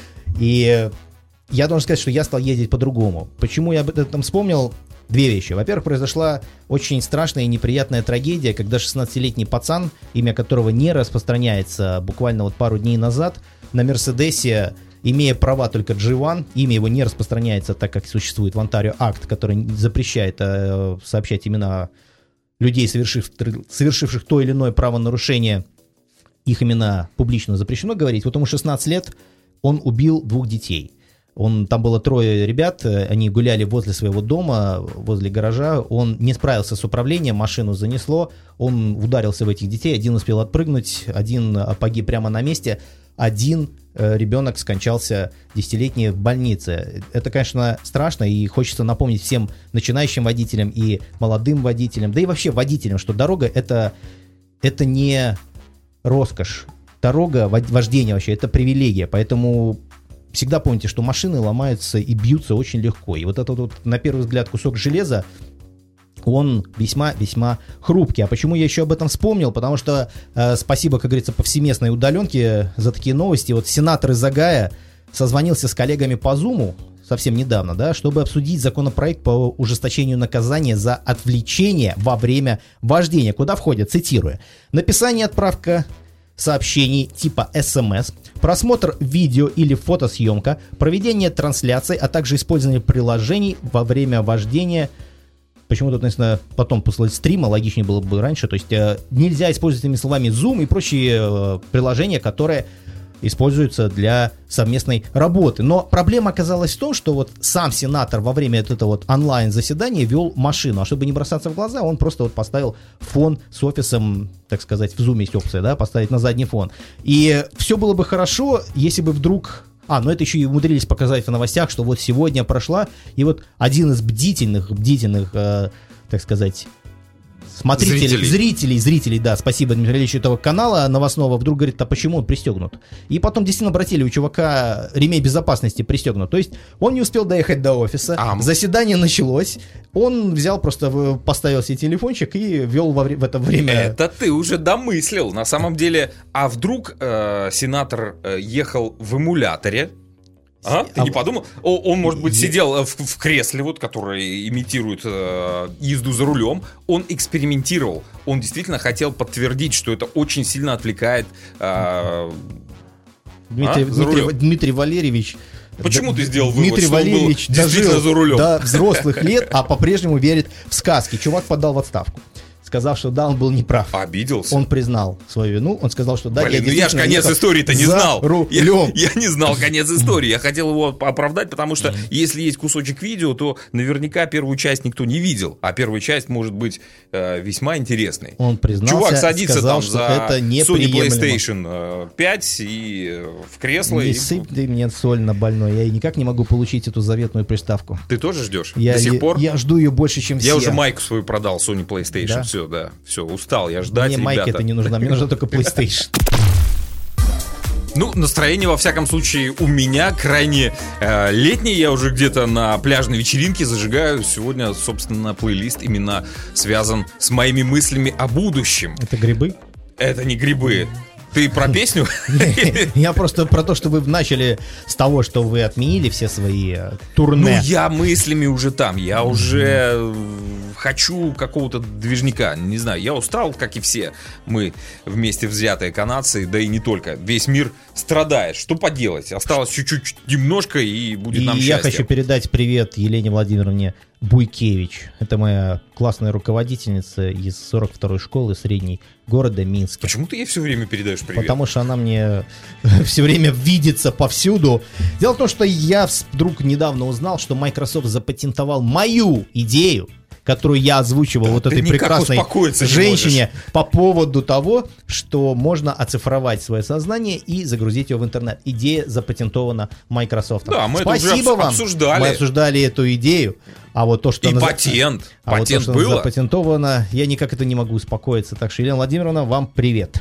И я должен сказать, что я стал ездить по-другому. Почему я об этом вспомнил? Две вещи. Во-первых, произошла очень страшная и неприятная трагедия, когда 16-летний пацан, имя которого не распространяется, буквально вот пару дней назад, на Мерседесе, имея права только G1, имя его не распространяется, так как существует в Онтарио акт, который запрещает сообщать имена людей, совершивших то или иное правонарушение, их имена публично запрещено говорить. Вот ему 16 лет, он убил 2 детей. Там было 3 ребят, они гуляли возле своего дома, возле гаража, он не справился с управлением, машину занесло, он ударился в этих детей, один успел отпрыгнуть, один погиб прямо на месте, один ребенок скончался 10-летний в больнице. Это, конечно, страшно, и хочется напомнить всем начинающим водителям и молодым водителям, да и вообще водителям, что дорога это не роскошь, дорога, вождение вообще, это привилегия, поэтому всегда помните, что машины ломаются и бьются очень легко. И вот этот вот, на первый взгляд, кусок железа, он весьма-весьма хрупкий. А почему я еще об этом вспомнил? Потому что спасибо, как говорится, повсеместной удаленке за такие новости. Вот сенатор из Огайо созвонился с коллегами по Zoom совсем недавно, да, чтобы обсудить законопроект по ужесточению наказания за отвлечение во время вождения, куда входят, цитирую, написание и отправка сообщений типа СМС, просмотр видео или фотосъемка, проведение трансляций, а также использование приложений во время вождения. Почему тут, написано, потом после стрима, логичнее было бы раньше, то есть нельзя использовать этими словами Zoom и прочие приложения, которые используются для совместной работы. Но проблема оказалась в том, что вот сам сенатор во время этого вот онлайн-заседания вел машину, а чтобы не бросаться в глаза, он просто вот поставил фон с офисом, так сказать, в Zoom есть опция, да, поставить на задний фон. И все было бы хорошо, если бы вдруг... но это еще и умудрились показать в новостях, что вот сегодня прошла, и вот один из бдительных, так сказать, зрителей, да, спасибо Дмитрию Ильичу этого канала новостного, вдруг говорит, а почему он пристегнут? И потом действительно обратили, у чувака ремень безопасности пристегнут. То есть он не успел доехать до офиса, заседание началось, он взял, просто поставил себе телефончик и вел в это время... Это ты уже домыслил, на самом деле. А вдруг сенатор ехал в эмуляторе? Ты не подумал? Он, может быть, сидел в кресле, вот, которое имитирует езду за рулем. Он экспериментировал. Он действительно хотел подтвердить, что это очень сильно отвлекает Дмитрий Валерьевич. Почему ты сделал вывод, Дмитрий что Валерьевич он был действительно за рулем? До взрослых лет, а по-прежнему верит в сказки. Чувак подал в отставку, сказав, что да, он был неправ. Обиделся. Он признал свою вину, он сказал, что да, я же конец истории-то не знал. Я не знал конец истории. Я хотел его оправдать, потому что если есть кусочек видео, то наверняка первую часть никто не видел, а первая часть может быть весьма интересной. Он признался, чувак садится сказал, там за Sony PlayStation 5 и в кресло. Не сыпь ты мне соль на больной. Я никак не могу получить эту заветную приставку. Ты тоже ждешь? До сих пор? Я жду ее больше, чем все. Я уже майку свою продал, Sony PlayStation. Да? Все, устал я ждать, мне майка это не нужна, мне нужна только PlayStation. Ну, настроение, во всяком случае, у меня крайне летнее. Я уже где-то на пляжной вечеринке зажигаю. Сегодня, собственно, плейлист именно связан с моими мыслями о будущем. Это грибы? Это не грибы. Ты про песню? Я просто про то, что вы начали с того, что вы отменили все свои турне. Ну, я мыслями уже там. Я уже хочу какого-то движника, не знаю, я устал, как и все мы вместе взятые канадцы, да и не только, весь мир страдает, что поделать, осталось чуть-чуть немножко и будет нам счастье. Я хочу передать привет Елене Владимировне Буйкевич, это моя классная руководительница из 42-й школы средней города Минска. Почему ты ей все время передаешь привет? Потому что она мне все время видится повсюду. Дело в том, что я вдруг недавно узнал, что Microsoft запатентовал мою идею, которую я озвучивал вот этой прекрасной женщине по поводу того, что можно оцифровать свое сознание и загрузить его в интернет. Идея запатентована Microsoft. Да, мы Спасибо это уже вам. обсуждали. Мы обсуждали эту идею. А вот то, что патент. А Патент вот то, что было. запатентовано, я никак это не могу успокоиться. Так что, Елена Владимировна, вам привет.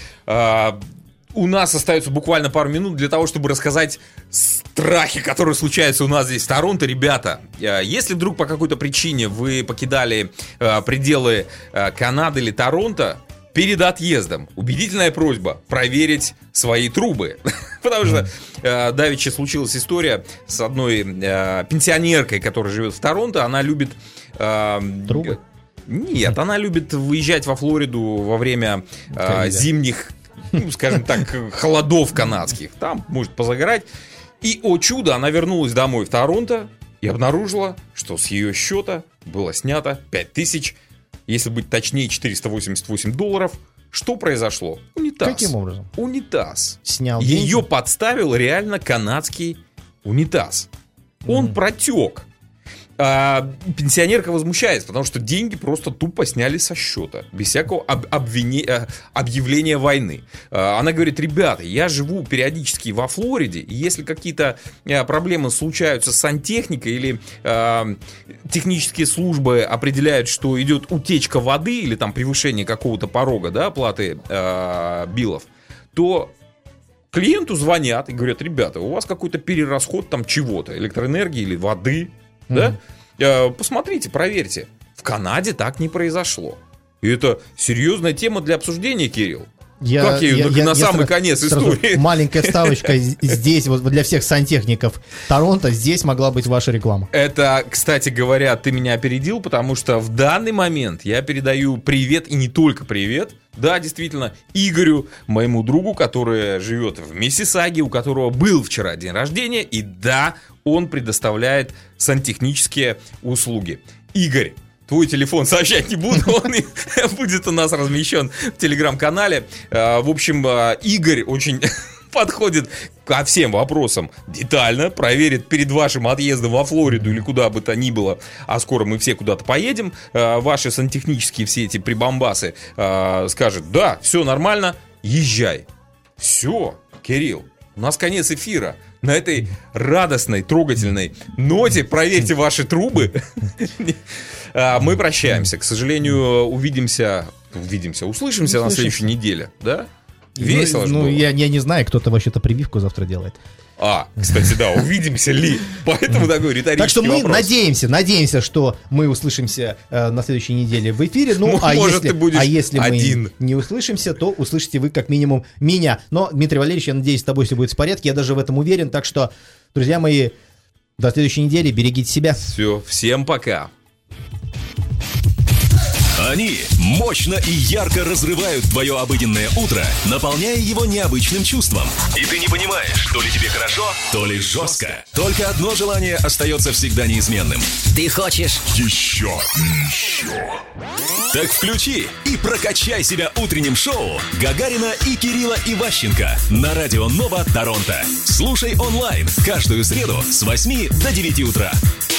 У нас остается буквально пару минут для того, чтобы рассказать страхи, которые случаются у нас здесь в Торонто. Ребята, если вдруг по какой-то причине вы покидали пределы Канады или Торонто, перед отъездом убедительная просьба проверить свои трубы. Потому что давеча случилась история с одной пенсионеркой, которая живет в Торонто. Она любит... Трубы? Нет, она любит выезжать во Флориду во время зимних, скажем так, холодов канадских. Там может позагорать. И, о чудо, она вернулась домой в Торонто и обнаружила, что с ее счета было снято 5000, если быть точнее, $488. Что произошло? Унитаз. Каким образом? Унитаз. Снял Ее деньги? подставил реально канадский унитаз. Он протек. Пенсионерка возмущается, потому что деньги просто тупо сняли со счета, без всякого объявления войны. Она говорит: ребята, я живу периодически во Флориде, и если какие-то проблемы случаются с сантехникой или технические службы определяют, что идет утечка воды или там превышение какого-то порога, да, оплаты биллов, то клиенту звонят и говорят: ребята, у вас какой-то перерасход там чего-то, электроэнергии или воды. Да? Посмотрите, проверьте. В Канаде так не произошло. И это серьезная тема для обсуждения, Кирилл. Как я на самый конец истории. Маленькая вставочка здесь, вот для всех сантехников Торонто, здесь могла быть ваша реклама. Это, кстати говоря, ты меня опередил, потому что в данный момент я передаю привет, и не только привет, да, действительно, Игорю, моему другу, который живет в Миссисаге, у которого был вчера день рождения, и да, он предоставляет сантехнические услуги. Игорь, твой телефон сообщать не буду, он будет у нас размещен в телеграм-канале. В общем, Игорь очень подходит ко всем вопросам детально, проверит перед вашим отъездом во Флориду или куда бы то ни было, а скоро мы все куда-то поедем, ваши сантехнические все эти прибамбасы, скажет: да, все нормально, езжай. Все, Кирилл, у нас конец эфира. На этой радостной, трогательной ноте проверьте ваши трубы. Мы прощаемся. К сожалению, услышимся на следующей неделе. Да? Весело же было. Я не знаю, кто-то вообще-то прививку завтра делает. Кстати, да, увидимся ли? Поэтому такой риторический Так что мы вопрос. надеемся, что мы услышимся на следующей неделе в эфире. Может, ты будешь если один. мы не услышимся, то услышите вы как минимум меня. Но, Дмитрий Валерьевич, я надеюсь, с тобой все будет в порядке. Я даже в этом уверен. Так что, друзья мои, до следующей недели. Берегите себя. Все, всем пока. Они мощно и ярко разрывают твое обыденное утро, наполняя его необычным чувством. И ты не понимаешь, то ли тебе хорошо, то ли жестко. Только одно желание остается всегда неизменным. Ты хочешь Еще. Так включи и прокачай себя утренним шоу Гагарина и Кирилла Иващенко на Радио Нова Торонто. Слушай онлайн каждую среду с 8 до 9 утра.